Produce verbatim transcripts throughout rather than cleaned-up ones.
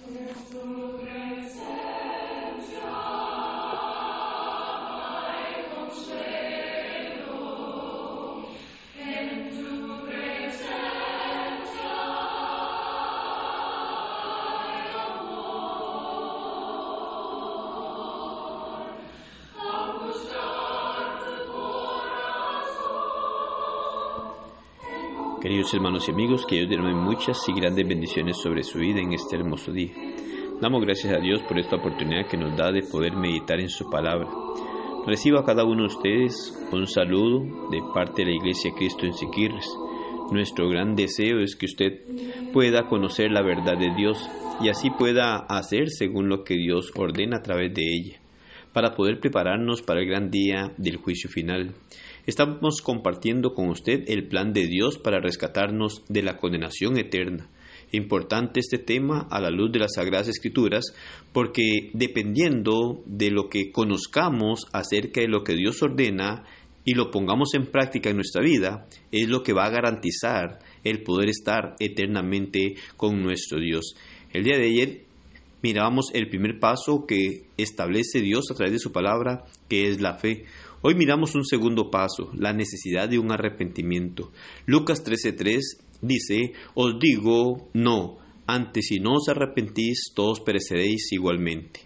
Queridos hermanos y amigos, que Dios derrame muchas y grandes bendiciones sobre su vida en este hermoso día. Damos gracias a Dios por esta oportunidad que nos da de poder meditar en su palabra. Recibo a cada uno de ustedes un saludo de parte de la Iglesia Cristo en Siquirres. Nuestro gran deseo es que usted pueda conocer la verdad de Dios y así pueda hacer según lo que Dios ordena a través de ella, para poder prepararnos para el gran día del juicio final. Estamos compartiendo con usted el plan de Dios para rescatarnos de la condenación eterna. Importante este tema a la luz de las Sagradas Escrituras, porque dependiendo de lo que conozcamos acerca de lo que Dios ordena y lo pongamos en práctica en nuestra vida, es lo que va a garantizar el poder estar eternamente con nuestro Dios. El día de ayer mirábamos el primer paso que establece Dios a través de su palabra, que es la fe. Hoy miramos un segundo paso, la necesidad de un arrepentimiento. Lucas trece tres dice: os digo, no, antes si no os arrepentís, todos pereceréis igualmente.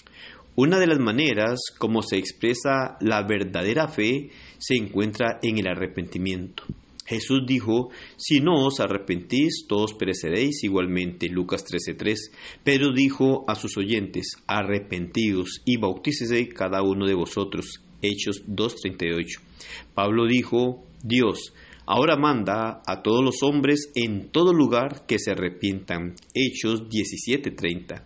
Una de las maneras como se expresa la verdadera fe se encuentra en el arrepentimiento. Jesús dijo: si no os arrepentís, todos pereceréis igualmente. Lucas trece tres. Pedro dijo a sus oyentes: arrepentidos y bautícese cada uno de vosotros. Hechos dos treinta y ocho. Pablo dijo: Dios ahora manda a todos los hombres en todo lugar que se arrepientan. Hechos diecisiete treinta.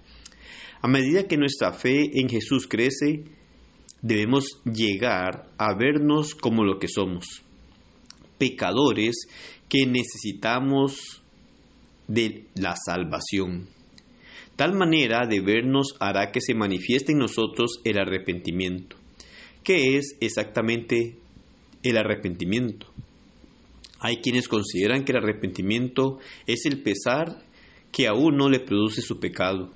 A medida que nuestra fe en Jesús crece, debemos llegar a vernos como lo que somos, pecadores que necesitamos de la salvación. Tal manera de vernos hará que se manifieste en nosotros el arrepentimiento. ¿Qué es exactamente el arrepentimiento? Hay quienes consideran que el arrepentimiento es el pesar que a uno le produce su pecado.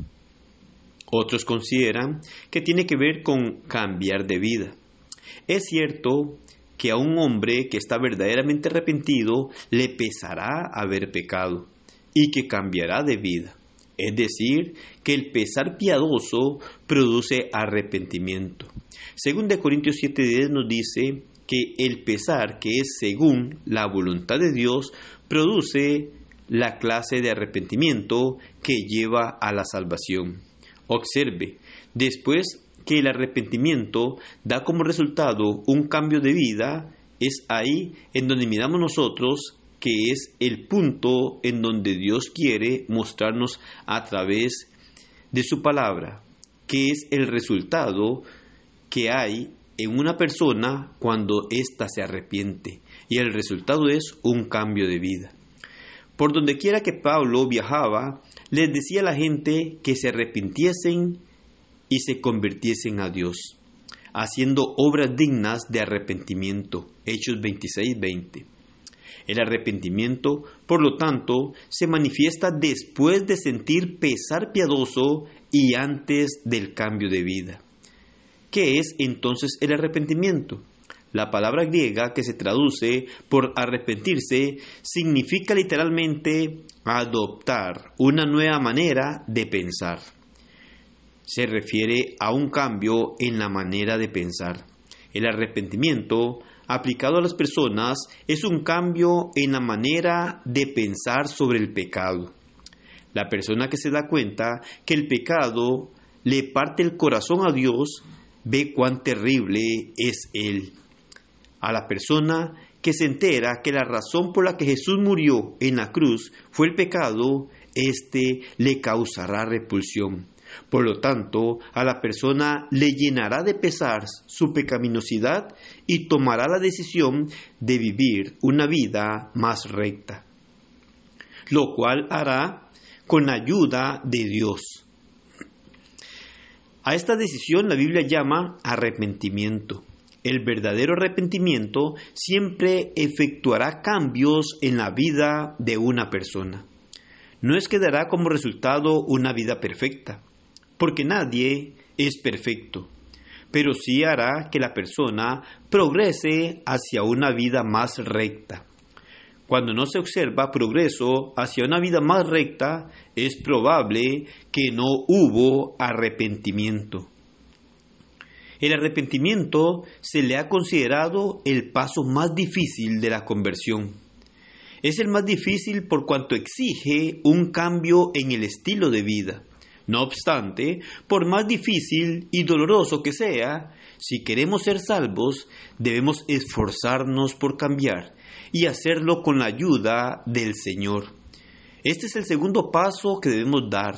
Otros consideran que tiene que ver con cambiar de vida. Es cierto que a un hombre que está verdaderamente arrepentido le pesará haber pecado y que cambiará de vida. Es decir, que el pesar piadoso produce arrepentimiento. Según de Corintios siete diez nos dice que el pesar, que es según la voluntad de Dios, produce la clase de arrepentimiento que lleva a la salvación. Observe, después que el arrepentimiento da como resultado un cambio de vida, es ahí en donde miramos nosotros que es el punto en donde Dios quiere mostrarnos a través de su palabra, que es el resultado que hay en una persona cuando ésta se arrepiente, y el resultado es un cambio de vida. Por donde quiera que Pablo viajaba, les decía a la gente que se arrepintiesen y se convirtiesen a Dios, haciendo obras dignas de arrepentimiento. Hechos veintiséis veinte. El arrepentimiento, por lo tanto, se manifiesta después de sentir pesar piadoso y antes del cambio de vida. ¿Qué es entonces el arrepentimiento? La palabra griega que se traduce por arrepentirse significa literalmente adoptar una nueva manera de pensar. Se refiere a un cambio en la manera de pensar. El arrepentimiento aplicado a las personas es un cambio en la manera de pensar sobre el pecado. La persona que se da cuenta que el pecado le parte el corazón a Dios, ve cuán terrible es Él. A la persona que se entera que la razón por la que Jesús murió en la cruz fue el pecado, éste le causará repulsión. Por lo tanto, a la persona le llenará de pesar su pecaminosidad y tomará la decisión de vivir una vida más recta, lo cual hará con ayuda de Dios. A esta decisión la Biblia llama arrepentimiento. El verdadero arrepentimiento siempre efectuará cambios en la vida de una persona. no es que dará como resultado una vida perfecta, porque nadie es perfecto, pero sí hará que la persona progrese hacia una vida más recta. Cuando no se observa progreso hacia una vida más recta, es probable que no hubo arrepentimiento. El arrepentimiento se le ha considerado el paso más difícil de la conversión. Es el más difícil por cuanto exige un cambio en el estilo de vida. No obstante, por más difícil y doloroso que sea, si queremos ser salvos, debemos esforzarnos por cambiar y hacerlo con la ayuda del Señor. Este es el segundo paso que debemos dar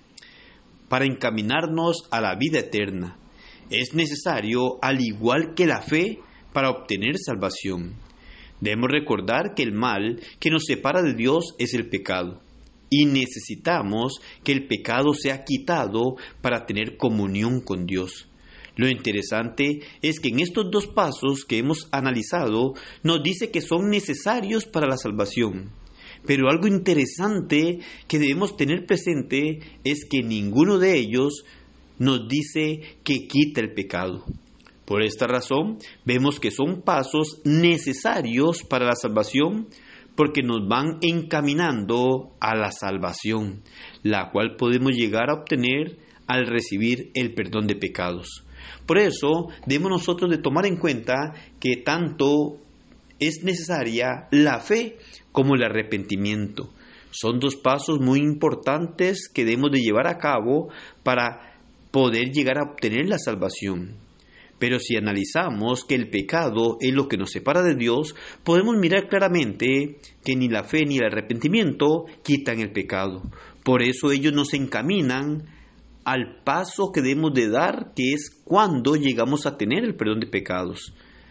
para encaminarnos a la vida eterna. Es necesario, al igual que la fe, para obtener salvación. Debemos recordar que el mal que nos separa de Dios es el pecado, y necesitamos que el pecado sea quitado para tener comunión con Dios. Lo interesante es que en estos dos pasos que hemos analizado nos dice que son necesarios para la salvación. Pero algo interesante que debemos tener presente es que ninguno de ellos nos dice que quita el pecado. Por esta razón, vemos que son pasos necesarios para la salvación porque nos van encaminando a la salvación, la cual podemos llegar a obtener al recibir el perdón de pecados. Por eso, debemos nosotros de tomar en cuenta que tanto es necesaria la fe como el arrepentimiento. Son dos pasos muy importantes que debemos de llevar a cabo para poder llegar a obtener la salvación. Pero si analizamos que el pecado es lo que nos separa de Dios, podemos mirar claramente que ni la fe ni el arrepentimiento quitan el pecado. Por eso ellos nos encaminan al paso que debemos de dar, que es cuando llegamos a tener el perdón de pecados.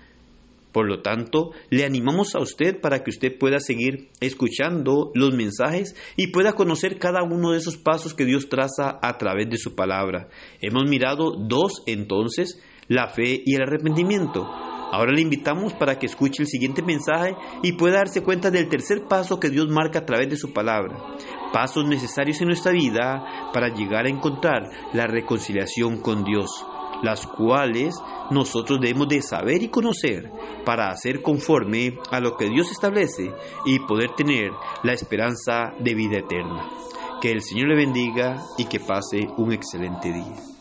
Por lo tanto, le animamos a usted para que usted pueda seguir escuchando los mensajes y pueda conocer cada uno de esos pasos que Dios traza a través de su palabra. Hemos mirado dos entonces, la fe y el arrepentimiento. Ahora le invitamos para que escuche el siguiente mensaje y pueda darse cuenta del tercer paso que Dios marca a través de su palabra. Pasos necesarios en nuestra vida para llegar a encontrar la reconciliación con Dios, las cuales nosotros debemos de saber y conocer para hacer conforme a lo que Dios establece y poder tener la esperanza de vida eterna. Que el Señor le bendiga y que pase un excelente día.